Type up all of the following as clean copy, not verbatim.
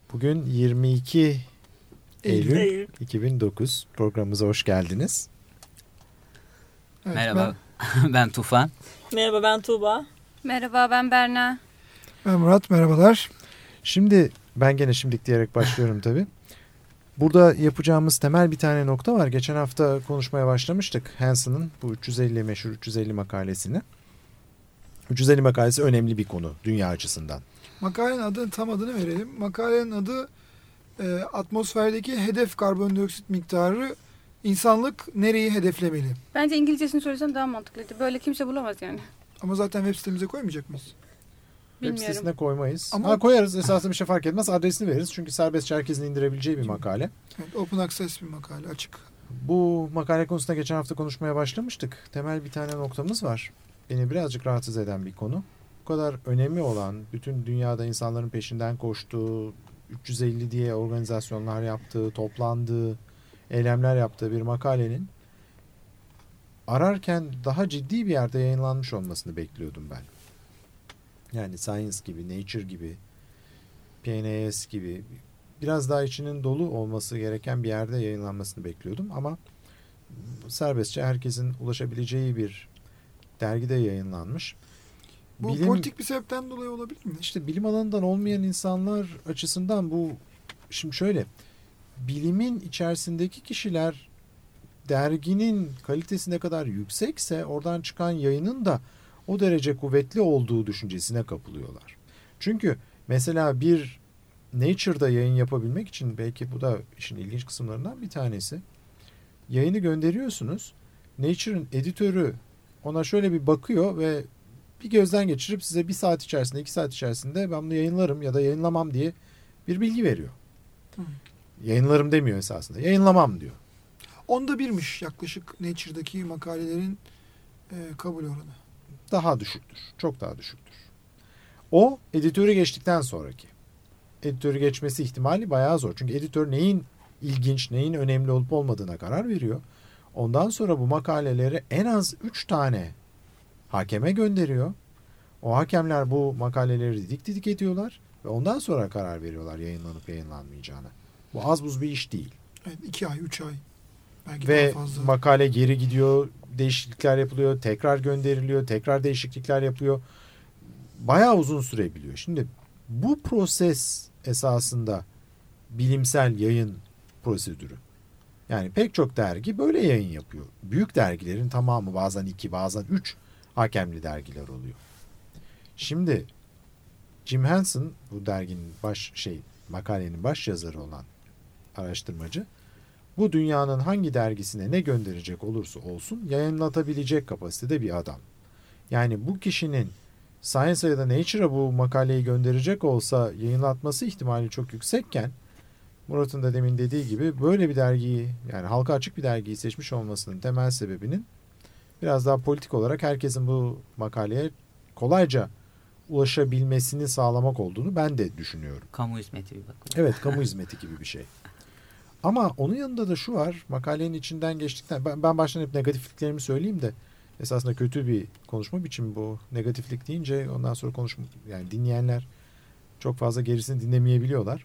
Bugün 22 Eylül 2009. Programımıza hoş geldiniz. Evet, merhaba, ben Tufan. Merhaba, ben Tuğba. Merhaba, ben Berna. Ben Murat, merhabalar. Şimdi ben gene şimdilik diyerek başlıyorum tabii. Burada yapacağımız temel bir tane nokta var. Geçen hafta konuşmaya başlamıştık Hansen'ın bu meşhur 350 makalesini. 350 makalesi önemli bir konu dünya açısından. Makalenin tam adını verelim. Makalenin adı atmosferdeki hedef karbondioksit miktarı, insanlık nereyi hedeflemeli? Bence İngilizcesini söylesem daha mantıklıydı. Böyle kimse bulamaz yani. Ama zaten web sitemize koymayacak mıyız? Web sitesine koymayız. Ama koyarız, esasında bir şey fark etmez. Adresini veririz çünkü serbestçe herkesin indirebileceği bir makale. evet, open access bir makale, açık. Bu makale konusunda geçen hafta konuşmaya başlamıştık. Temel bir tane noktamız var. Beni birazcık rahatsız eden bir konu. Bu kadar önemli olan, bütün dünyada insanların peşinden koştuğu, 350 diye organizasyonlar yaptığı, toplandığı, eylemler yaptığı bir makalenin ararken daha ciddi bir yerde yayınlanmış olmasını bekliyordum ben. Yani Science gibi, Nature gibi, PNAS gibi biraz daha içinin dolu olması gereken bir yerde yayınlanmasını bekliyordum. Ama serbestçe herkesin ulaşabileceği bir dergide yayınlanmış. Bu politik bir sebepten dolayı olabilir mi? İşte bilim alanından olmayan insanlar açısından bu, şimdi şöyle, bilimin içerisindeki kişiler derginin kalitesi ne kadar yüksekse oradan çıkan yayının da o derece kuvvetli olduğu düşüncesine kapılıyorlar. Çünkü mesela bir Nature'da yayın yapabilmek için, belki bu da işin ilginç kısımlarından bir tanesi, yayını gönderiyorsunuz. Nature'ın editörü ona şöyle bir bakıyor ve bir gözden geçirip size 1 saat içerisinde, 2 saat içerisinde ben bunu yayınlarım ya da yayınlamam diye bir bilgi veriyor. Yayınlarım demiyor esasında. Yayınlamam diyor. 1/10'miş yaklaşık Nature'daki makalelerin kabul oranı. Daha düşüktür. Çok daha düşüktür. O editörü geçtikten sonraki. Editörü geçmesi ihtimali bayağı zor. Çünkü editör neyin ilginç, neyin önemli olup olmadığına karar veriyor. Ondan sonra bu makaleleri en az 3 tane hakeme gönderiyor. O hakemler bu makaleleri didik didik ediyorlar ve ondan sonra karar veriyorlar yayınlanıp yayınlanmayacağına. Bu az buz bir iş değil. Evet, 2 ay, 3 ay. Belki Ve daha fazla. makale geri gidiyor, değişiklikler yapılıyor, tekrar gönderiliyor, tekrar değişiklikler yapıyor. Bayağı uzun sürebiliyor. Şimdi bu proses esasında bilimsel yayın prosedürü. Yani pek çok dergi böyle yayın yapıyor. Büyük dergilerin tamamı, bazen 2, bazen 3 hakemli dergiler oluyor. Şimdi Jim Hansen, bu derginin makalenin baş yazarı olan araştırmacı, bu dünyanın hangi dergisine ne gönderecek olursa olsun yayınlatabilecek kapasitede bir adam. Yani bu kişinin Science ya da Nature'a bu makaleyi gönderecek olsa yayınlatması ihtimali çok yüksekken, Murat'ın da demin dediği gibi böyle bir dergiyi, yani halka açık bir dergiyi seçmiş olmasının temel sebebinin biraz daha politik olarak herkesin bu makaleye kolayca ulaşabilmesini sağlamak olduğunu ben de düşünüyorum. Kamu hizmeti bir bakın. Evet, kamu hizmeti gibi bir şey. Ama onun yanında da şu var, makalenin içinden geçtikten, ben baştan hep negatifliklerimi söyleyeyim de esasında kötü bir konuşma biçimi bu. Negatiflik deyince ondan sonra yani dinleyenler çok fazla gerisini dinlemeyebiliyorlar.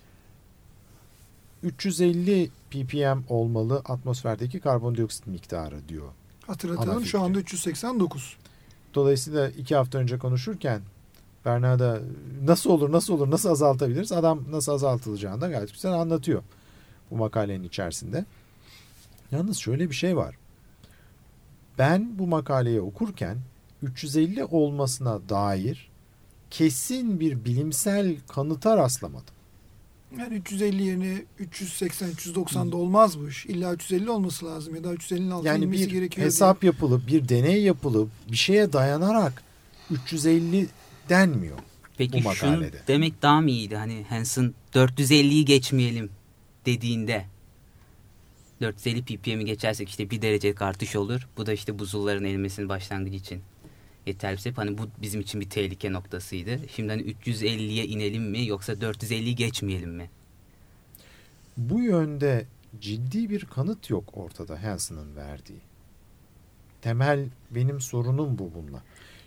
350 ppm olmalı atmosferdeki karbondioksit miktarı diyor. Hatırlatalım, şu anda 389. Dolayısıyla 2 hafta önce konuşurken Berna'da nasıl azaltabiliriz? Adam nasıl azaltılacağını da gayet güzel anlatıyor bu makalenin içerisinde. Yalnız şöyle bir şey var. Ben bu makaleyi okurken 350 olmasına dair kesin bir bilimsel kanıta rastlamadım. Yani 350 yerine 380, 390 da olmaz bu iş. İlla 350 olması lazım ya da 350'nin altına Yani inmesi bir gerekiyor. hesap yapılıp, bir deney yapılıp, bir şeye dayanarak 350 denmiyor bu Peki şunu makalede. demek daha mı iyiydi? Hani Hansen 450'yi geçmeyelim dediğinde 450 ppm'i geçersek işte 1 derecelik artış olur. Bu da işte buzulların erimesinin başlangıcı için yeterli bir sebep. Hani bu bizim için bir tehlike noktasıydı. Şimdi hani 350'ye inelim mi yoksa 450'yi geçmeyelim mi? Bu yönde ciddi bir kanıt yok ortada Hansen'ın verdiği. Temel benim sorunum bu bununla.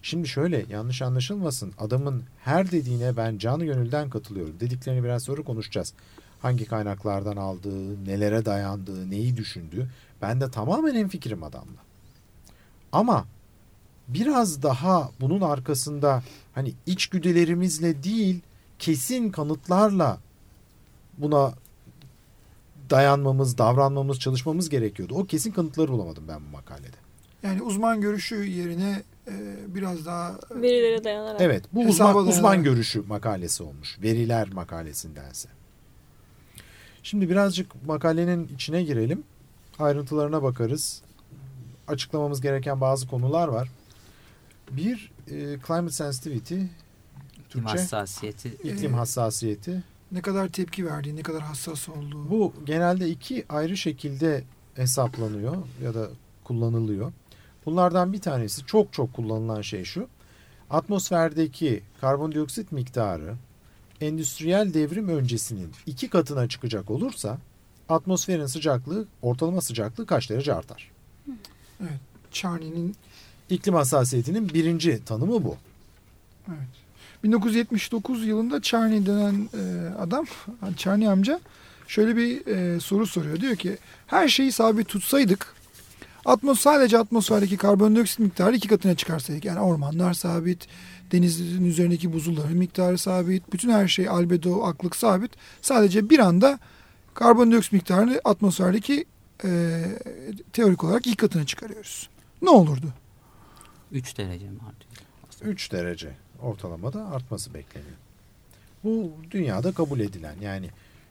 Şimdi şöyle, yanlış anlaşılmasın. Adamın her dediğine ben canı gönülden katılıyorum. Dediklerini biraz sonra konuşacağız. Hangi kaynaklardan aldığı, nelere dayandığı, neyi düşündüğü. Ben de tamamen hemfikirim adamla. Ama biraz daha bunun arkasında hani içgüdülerimizle değil, kesin kanıtlarla buna dayanmamız, davranmamız, çalışmamız gerekiyordu. O kesin kanıtları bulamadım ben bu makalede. Yani uzman görüşü yerine biraz daha Verilere dayanarak. Evet, bu uzman görüşü makalesi olmuş. Veriler makalesindense. Şimdi birazcık makalenin içine girelim. Ayrıntılarına bakarız. Açıklamamız gereken bazı konular var. Bir, climate sensitivity, İklim hassasiyeti. iklim hassasiyeti. ne kadar tepki verdiği, ne kadar hassas olduğu. Bu genelde iki ayrı şekilde hesaplanıyor ya da kullanılıyor. Bunlardan bir tanesi, çok kullanılan şey şu. Atmosferdeki karbondioksit miktarı endüstriyel devrim öncesinin 2 katına çıkacak olursa atmosferin sıcaklığı, ortalama sıcaklığı kaç derece artar? Evet. Charney'nin İklim hassasiyetinin birinci tanımı bu. evet. 1979 yılında Charney denen adam, Charney amca şöyle bir soru soruyor. Diyor ki her şeyi sabit tutsaydık, sadece atmosferdeki karbondioksit miktarı 2 katına çıkarsaydık. Yani ormanlar sabit, denizin üzerindeki buzulların miktarı sabit, bütün her şey albedo, aklık sabit. Sadece bir anda karbondioksit miktarını atmosferdeki teorik olarak 2 katına çıkarıyoruz. Ne olurdu? 3 derece mi artıyor? 3 derece ortalamada artması bekleniyor. Bu dünyada kabul edilen, yani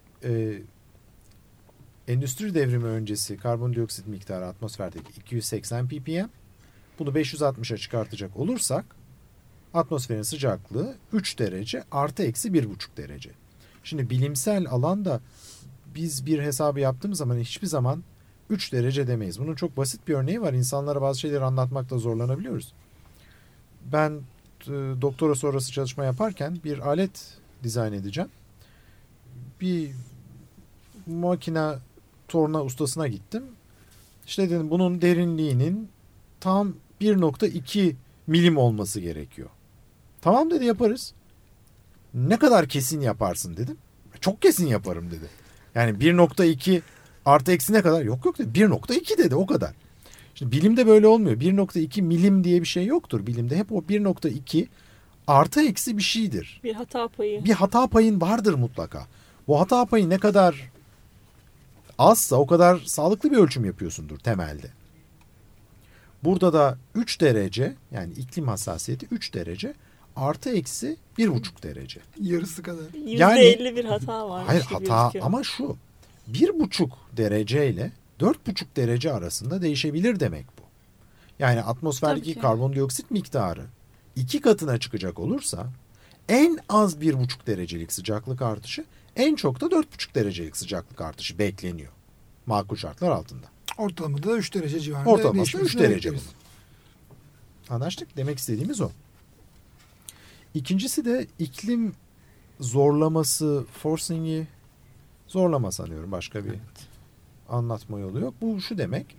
endüstri devrimi öncesi karbondioksit miktarı atmosferdeki 280 ppm. Bunu 560'a çıkartacak olursak atmosferin sıcaklığı 3 derece artı eksi 1,5 derece. Şimdi bilimsel alanda biz bir hesabı yaptığımız zaman hiçbir zaman 3 derece demeyiz. Bunun çok basit bir örneği var. İnsanlara bazı şeyleri anlatmakta zorlanabiliyoruz. Ben doktora sonrası çalışma yaparken bir alet dizayn edeceğim. Bir makine torna ustasına gittim. İşte dedim bunun derinliğinin tam 1,2 milim olması gerekiyor. Tamam dedi, yaparız. Ne kadar kesin yaparsın dedim. Çok kesin yaparım dedi. Yani 1,2 artı eksi ne kadar? Yok dedi. 1,2 dedi, o kadar. Şimdi bilimde böyle olmuyor. 1,2 milim diye bir şey yoktur. Bilimde hep o 1,2 artı eksi bir şeydir. Bir hata payı. Bir hata payın vardır mutlaka. Bu hata payı ne kadar azsa o kadar sağlıklı bir ölçüm yapıyorsundur temelde. Burada da 3 derece, yani iklim hassasiyeti 3 derece artı eksi 1,5 derece. Yarısı kadar. %50 bir hata var. Hayır, hata ama şu, 1,5 derece ile 4,5 derece arasında değişebilir demek bu. Yani atmosferdeki karbondioksit miktarı 2 katına çıkacak olursa en az 1,5 derecelik sıcaklık artışı, en çok da 4,5 derecelik sıcaklık artışı bekleniyor. Makul şartlar altında. Ortalamada da 3 derece civarında. Ortalaması 3 derece bunun. Anlaştık. Demek istediğimiz o. İkincisi de iklim zorlaması, forcing'i, zorlama sanıyorum, başka bir anlatma yolu yok. Bu şu demek.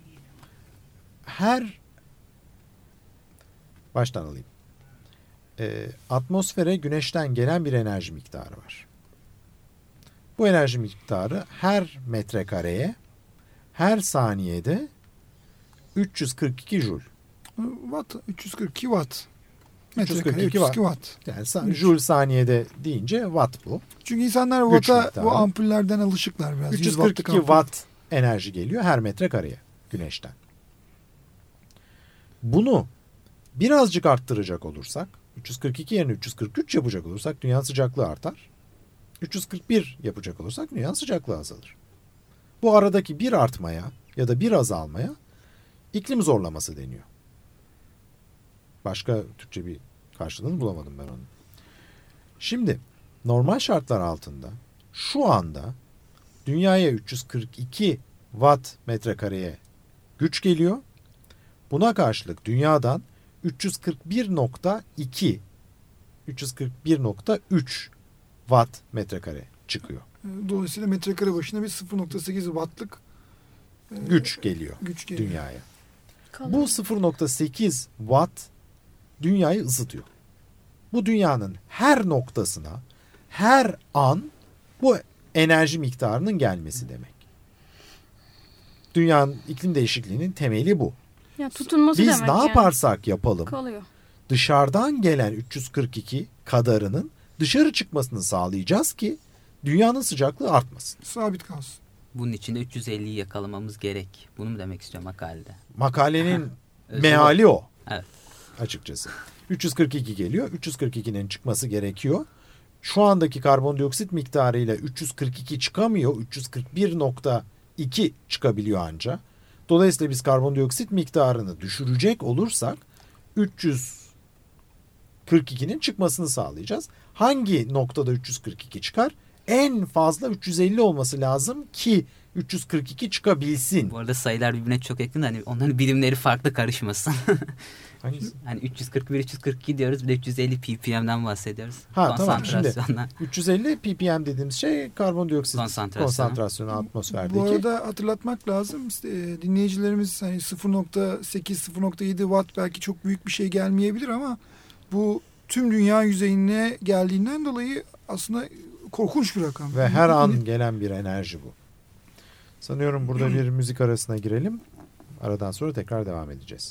Baştan alayım. Atmosfere güneşten gelen bir enerji miktarı var. Bu enerji miktarı her metrekareye her saniyede 342 joule. Watt, 342 watt. 342 watt. Yani joule saniyede deyince watt bu. Çünkü insanlar Güç watt'a, miktarı. bu ampullerden alışıklar biraz. 342 watt enerji geliyor her metrekareye güneşten. Bunu birazcık arttıracak olursak, 342 yerine 343 yapacak olursak dünya sıcaklığı artar. 341 yapacak olursak dünya sıcaklığı azalır. Bu aradaki bir artmaya ya da bir azalmaya iklim zorlaması deniyor. Başka Türkçe bir karşılığını bulamadım ben onun. Şimdi normal şartlar altında şu anda dünyaya 342 watt metrekareye güç geliyor. Buna karşılık dünyadan 341,3 watt metrekare çıkıyor. Dolayısıyla metrekare başına bir 0,8 wattlık güç geliyor dünyaya. Bu 0,8 watt dünyayı ısıtıyor. Bu dünyanın her noktasına her an bu enerji miktarının gelmesi demek. Dünyanın iklim değişikliğinin temeli bu. Ya tutunması Biz demek ne yani. yaparsak yapalım Kalıyor. dışarıdan gelen 342 kadarının dışarı çıkmasını sağlayacağız ki dünyanın sıcaklığı artmasın. Sabit kalsın. Bunun için de 350'yi yakalamamız gerek. Bunu mu demek istiyor makalede? Makalenin Özür meali o. Evet. Açıkçası. 342 geliyor. 342'nin çıkması gerekiyor. Şu andaki karbondioksit miktarıyla 342 çıkamıyor. 341.2 çıkabiliyor anca. Dolayısıyla biz karbondioksit miktarını düşürecek olursak 342'nin çıkmasını sağlayacağız. Hangi noktada 342 çıkar? En fazla 350 olması lazım ki 342 çıkabilsin. Bu arada sayılar birbirine çok yakın. Hani onların birimleri farklı karışmasın. Hangisi? Hani 341-342 diyoruz. Bir de 350 ppm'den bahsediyoruz. Ha tamam, şimdi Konsantrasyondan. 350 ppm dediğimiz şey karbondioksit konsantrasyonu atmosferdeki. Bu arada hatırlatmak lazım. İşte, dinleyicilerimiz hani 0.8-0.7 watt belki çok büyük bir şey gelmeyebilir ama bu tüm dünya yüzeyine geldiğinden dolayı aslında korkunç bir rakam. Ve her an gelen bir enerji bu. Sanıyorum burada bir müzik arasına girelim. Aradan sonra tekrar devam edeceğiz.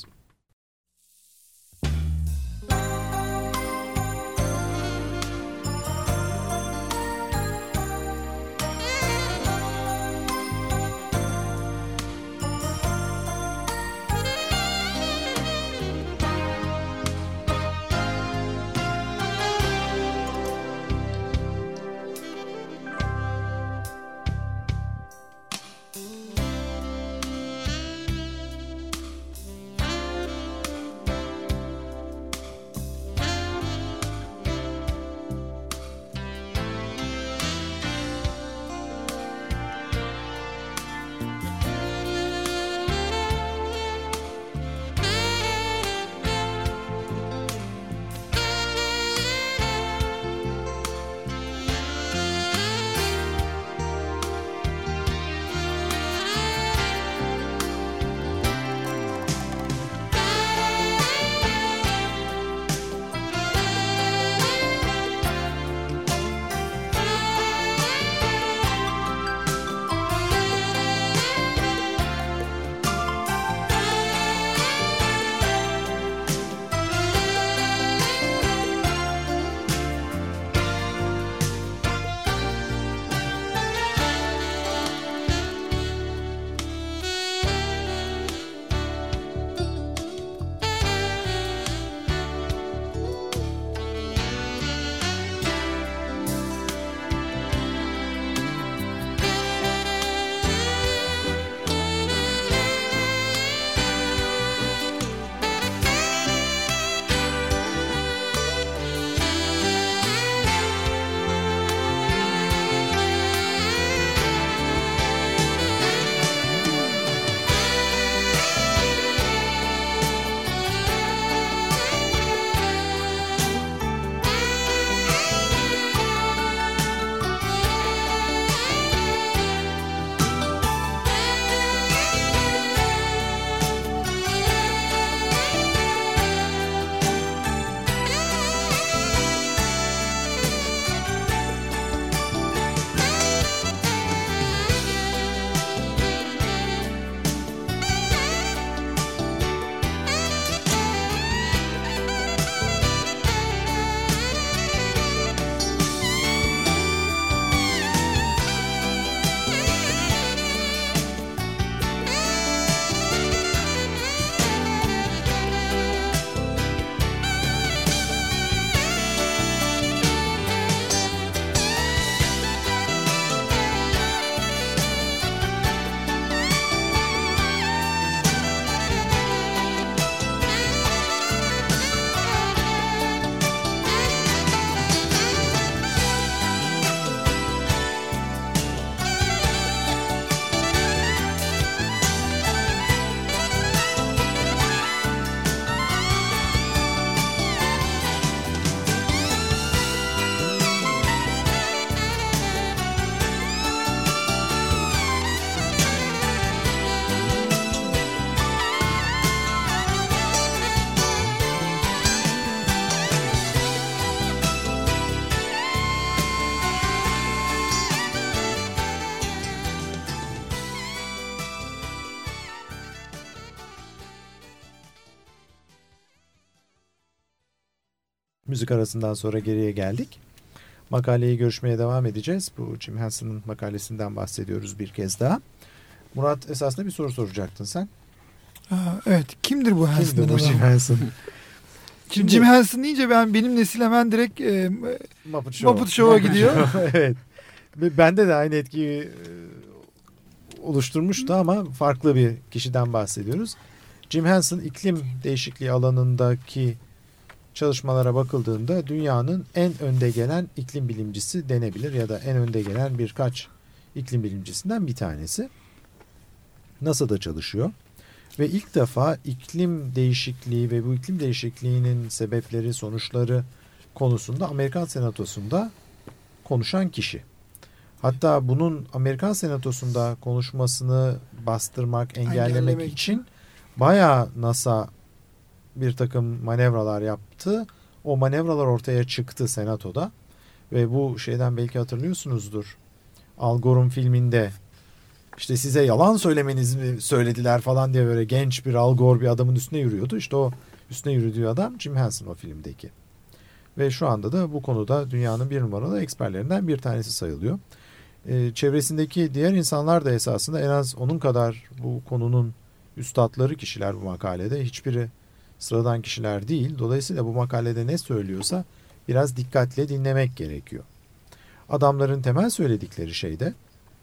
Müzik arasından sonra geriye geldik. Makaleyi görüşmeye devam edeceğiz. Bu Jim Hanson'ın makalesinden bahsediyoruz bir kez daha. Murat, esasında bir soru soracaktın sen. Evet. Kimdir bu Hanson? Kimdir bu Jim Hanson? Şimdi Jim Hanson deyince benim nesil hemen direkt Muppet Show'a gidiyor. Evet. Bende de aynı etkiyi oluşturmuştu ama farklı bir kişiden bahsediyoruz. Jim Hanson iklim değişikliği alanındaki çalışmalara bakıldığında dünyanın en önde gelen iklim bilimcisi denebilir ya da en önde gelen birkaç iklim bilimcisinden bir tanesi. NASA'da çalışıyor ve ilk defa iklim değişikliği ve bu iklim değişikliğinin sebepleri, sonuçları konusunda Amerikan Senatosu'nda konuşan kişi. Hatta bunun Amerikan Senatosu'nda konuşmasını bastırmak, engellemek için bayağı NASA bir takım manevralar yaptı. O manevralar ortaya çıktı Senato'da ve bu şeyden belki hatırlıyorsunuzdur. Al Gore'un filminde işte size yalan söylemenizi mi söylediler falan diye böyle genç bir Al Gore bir adamın üstüne yürüyordu. İşte o üstüne yürüdüğü adam Jim Hanson o filmdeki. Ve şu anda da bu konuda dünyanın bir numaralı eksperlerinden bir tanesi sayılıyor. Çevresindeki diğer insanlar da esasında en az onun kadar bu konunun üstadları kişiler bu makalede. Hiçbiri sıradan kişiler değil. Dolayısıyla bu makalede ne söylüyorsa biraz dikkatle dinlemek gerekiyor. Adamların temel söyledikleri şey de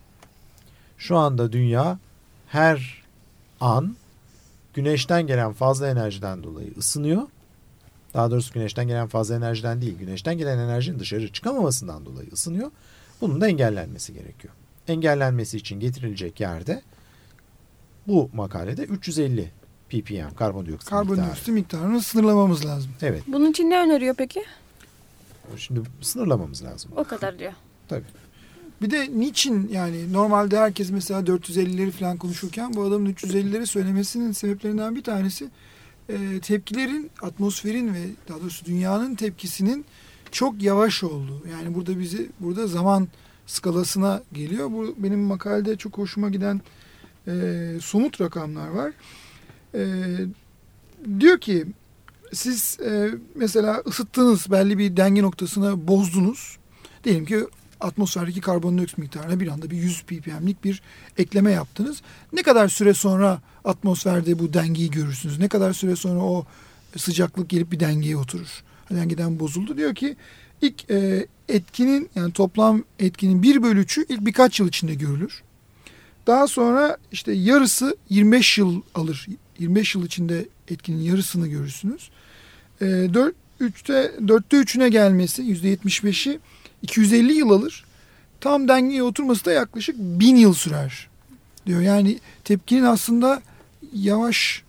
şu anda dünya her an güneşten gelen fazla enerjiden dolayı ısınıyor. Daha doğrusu güneşten gelen fazla enerjiden değil, güneşten gelen enerjinin dışarı çıkamamasından dolayı ısınıyor. Bunun da engellenmesi gerekiyor. Engellenmesi için getirilecek yerde bu makalede 350 ppm karbondioksit miktarını sınırlamamız lazım. Evet. Bunun için ne öneriyor peki? Şimdi sınırlamamız lazım. O kadar diyor. Tabii. Bir de niçin yani normalde herkes mesela 450'leri falan konuşurken bu adamın 350'leri söylemesinin sebeplerinden bir tanesi tepkilerin, atmosferin ve daha doğrusu dünyanın tepkisinin çok yavaş olduğu. Yani burada zaman skalasına geliyor. Bu benim makalede çok hoşuma giden somut rakamlar var. Diyor ki siz mesela ısıttığınız belli bir denge noktasına bozdunuz. Diyelim ki atmosferdeki karbondioksit miktarına bir anda bir 100 ppm'lik bir ekleme yaptınız. Ne kadar süre sonra atmosferde bu dengeyi görürsünüz? Ne kadar süre sonra o sıcaklık gelip bir dengeye oturur? Dengeden bozuldu. Diyor ki ilk etkinin yani toplam etkinin 1/3'ü ilk birkaç yıl içinde görülür. Daha sonra işte yarısı 25 yıl alır. 25 yıl içinde etkinin yarısını görürsünüz. 4'te 3'üne gelmesi %75'i 250 yıl alır. Tam dengeye oturması da yaklaşık 1000 yıl sürer diyor. Yani tepkinin aslında yavaş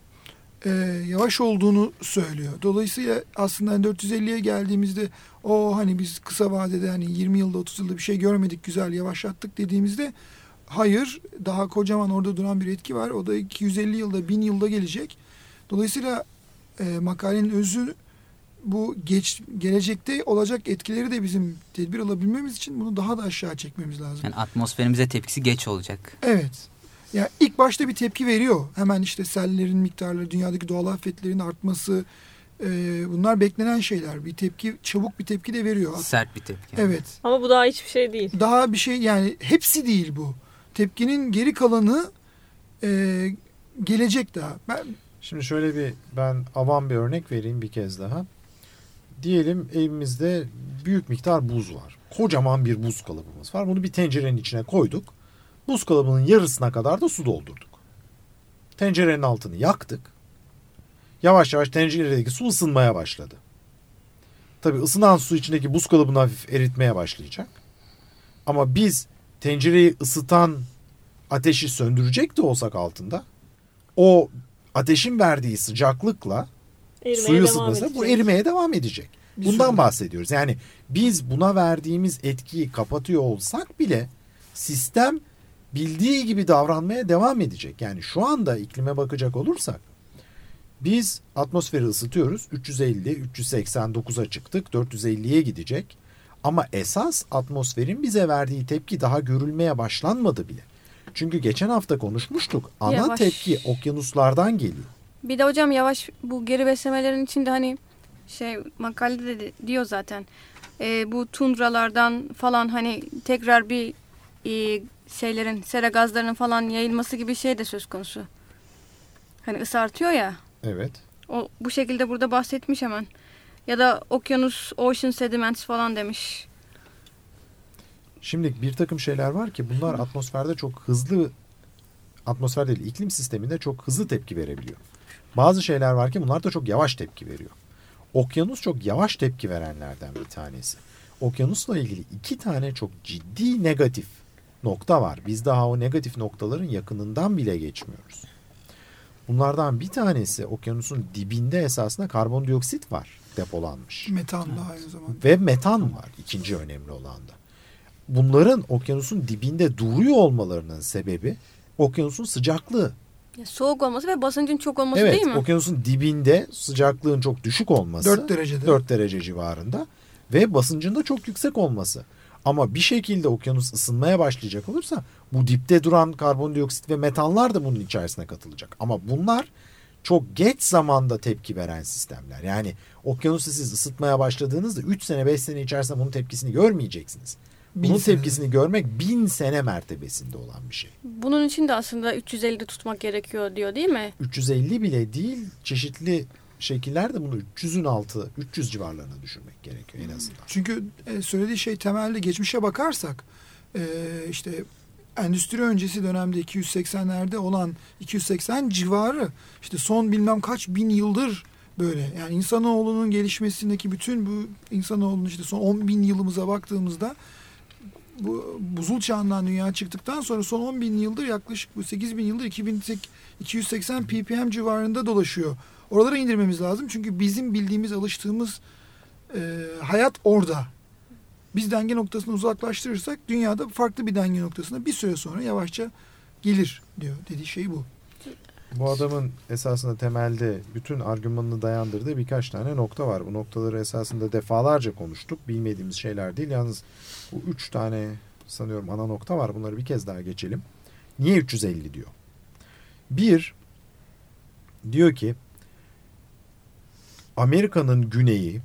olduğunu söylüyor. Dolayısıyla aslında 450'ye geldiğimizde hani biz kısa vadede hani 20 yılda 30 yılda bir şey görmedik, güzel yavaşlattık dediğimizde hayır, daha kocaman orada duran bir etki var. O da 250 yılda 1000 yılda gelecek. Dolayısıyla makalenin özü bu gelecekte olacak etkileri de bizim tedbir alabilmemiz için bunu daha da aşağı çekmemiz lazım. Yani atmosferimize tepkisi geç olacak. Evet. Yani ilk başta bir tepki veriyor. Hemen işte sellerin miktarları, dünyadaki doğal afetlerin artması, bunlar beklenen şeyler. Bir tepki, çabuk bir tepki de veriyor. Sert bir tepki. Evet. Ama bu daha hiçbir şey değil. Daha bir şey yani hepsi değil bu. Tepkinin geri kalanı gelecek daha. Şimdi şöyle ben avam bir örnek vereyim bir kez daha. Diyelim evimizde büyük miktar buz var. Kocaman bir buz kalıbımız var. Bunu bir tencerenin içine koyduk. Buz kalıbının yarısına kadar da su doldurduk. Tencerenin altını yaktık. Yavaş yavaş tenceredeki su ısınmaya başladı. Tabii ısınan su içindeki buz kalıbını hafif eritmeye başlayacak. Ama biz tencereyi ısıtan ateşi söndürecek de olsak altında, o ateşin verdiği sıcaklıkla suyu ısıtması bu erimeye devam edecek. Bundan bahsediyoruz. Yani biz buna verdiğimiz etkiyi kapatıyor olsak bile sistem bildiği gibi davranmaya devam edecek. Yani şu anda iklime bakacak olursak biz atmosferi ısıtıyoruz. 350, 389'a çıktık. 450'ye gidecek. Ama esas atmosferin bize verdiği tepki daha görülmeye başlanmadı bile. Çünkü geçen hafta konuşmuştuk. Ana tepki okyanuslardan geliyor. Bir de hocam yavaş bu geri beslemelerin içinde hani Makalede de diyor zaten. Bu tundralardan falan hani tekrar bir sera gazlarının falan yayılması gibi şey de söz konusu. Hani ısı artıyor ya. Evet. O bu şekilde burada bahsetmiş hemen. Ya da okyanus, ocean sediments falan demiş. Şimdi bir takım şeyler var ki bunlar atmosferde çok hızlı, atmosfer değil iklim sisteminde çok hızlı tepki verebiliyor. Bazı şeyler var ki bunlar da çok yavaş tepki veriyor. Okyanus çok yavaş tepki verenlerden bir tanesi. Okyanusla ilgili 2 tane çok ciddi negatif nokta var. Biz daha o negatif noktaların yakınından bile geçmiyoruz. Bunlardan bir tanesi okyanusun dibinde esasında karbondioksit var depolanmış. Metan da aynı zamanda. Ve metan var ikinci önemli olan da. Bunların okyanusun dibinde duruyor olmalarının sebebi okyanusun sıcaklığı. Soğuk olması ve basıncın çok olması Evet, değil mi? okyanusun dibinde sıcaklığın çok düşük olması. 4 derecede. 4 derece civarında ve basıncın da çok yüksek olması. Ama bir şekilde okyanus ısınmaya başlayacak olursa bu dipte duran karbondioksit ve metanlar da bunun içerisine katılacak. Ama bunlar çok geç zamanda tepki veren sistemler. Yani okyanusu siz ısıtmaya başladığınızda 3 sene 5 sene içerisinde bunun tepkisini görmeyeceksiniz. Bunun tepkisini görmek 1000 sene mertebesinde olan bir şey. Bunun için de aslında 350'de tutmak gerekiyor diyor değil mi? 350 bile değil, çeşitli şekillerde bunu 300'ün altı, 300 civarlarına düşürmek gerekiyor en azından. Çünkü söylediği şey temelde geçmişe bakarsak işte endüstri öncesi dönemde 280'lerde olan 280 civarı işte son bilmem kaç bin yıldır böyle. Yani insanoğlunun gelişmesindeki bütün bu insanoğlunun işte son 10 bin yılımıza baktığımızda bu buzul çağından dünya çıktıktan sonra son 10 bin yıldır yaklaşık bu 8 bin yıldır 280 ppm civarında dolaşıyor. Oralara indirmemiz lazım. Çünkü bizim bildiğimiz, alıştığımız hayat orada. Biz denge noktasını uzaklaştırırsak dünyada farklı bir denge noktasına bir süre sonra yavaşça gelir diyor. Dediği şey bu. Bu adamın esasında temelde bütün argümanını dayandırdığı birkaç tane nokta var. Bu noktaları esasında defalarca konuştuk. Bilmediğimiz şeyler değil. Yalnız bu 3 tane sanıyorum ana nokta var. Bunları bir kez daha geçelim. Niye 350 diyor? Bir, diyor ki Amerika'nın güneyi,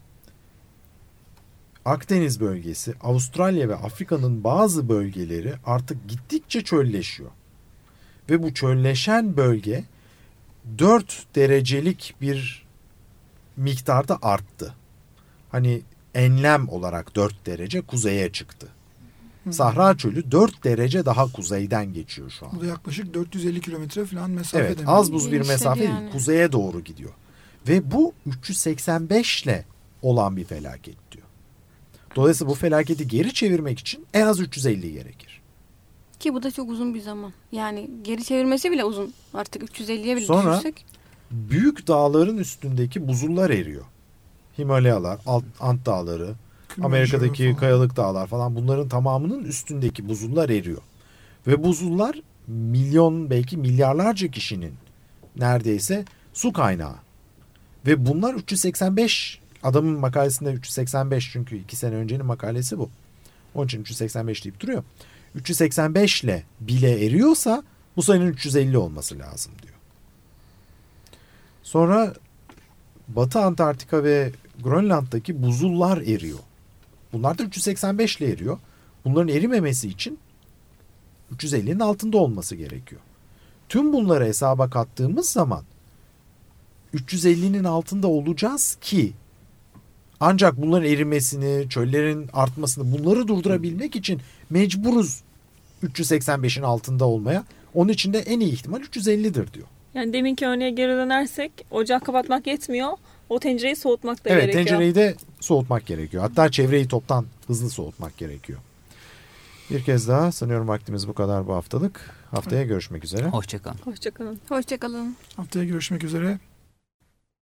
Akdeniz bölgesi, Avustralya ve Afrika'nın bazı bölgeleri artık gittikçe çölleşiyor. Ve bu çölleşen bölge 4 derecelik bir miktarda arttı. Hani enlem olarak 4 derece kuzeye çıktı. Sahra çölü 4 derece daha kuzeyden geçiyor şu an. Bu da yaklaşık 450 kilometre falan mesafe Evet, demek. az buz bir Genişledi mesafe değil, yani. kuzeye doğru gidiyor. Ve bu 385 ile olan bir felaket diyor. Dolayısıyla bu felaketi geri çevirmek için en az 350 gerekir. Ki bu da çok uzun bir zaman. Yani geri çevirmesi bile uzun. Artık 350'ye bile Sonra düşürsek. büyük dağların üstündeki buzullar eriyor. Himalayalar, Ant dağları, Amerika'daki falan. kayalık dağlar falan bunların tamamının üstündeki buzullar eriyor. Ve buzullar milyon belki milyarlarca kişinin neredeyse su kaynağı. Ve bunlar 385 adamın makalesinde 385 çünkü 2 sene öncenin makalesi bu. Onun için 385 deyip duruyor. 385 ile bile eriyorsa bu sayının 350 olması lazım diyor. Sonra Batı Antarktika ve Grönland'daki buzullar eriyor. Bunlar da 385 ile eriyor. Bunların erimemesi için 350'nin altında olması gerekiyor. Tüm bunları hesaba kattığımız zaman 350'nin altında olacağız ki ancak bunların erimesini, çöllerin artmasını bunları durdurabilmek için mecburuz 385'in altında olmaya. Onun için de en iyi ihtimal 350'dir diyor. Yani deminki örneğe geri dönersek ocağı kapatmak yetmiyor. O tencereyi soğutmak da Evet, gerekiyor. tencereyi de soğutmak gerekiyor. Hatta çevreyi toptan hızlı soğutmak gerekiyor. Bir kez daha sanıyorum vaktimiz bu kadar bu haftalık. Haftaya görüşmek üzere. Hoşçakalın. Hoşçakalın. Hoşçakalın. Haftaya görüşmek üzere.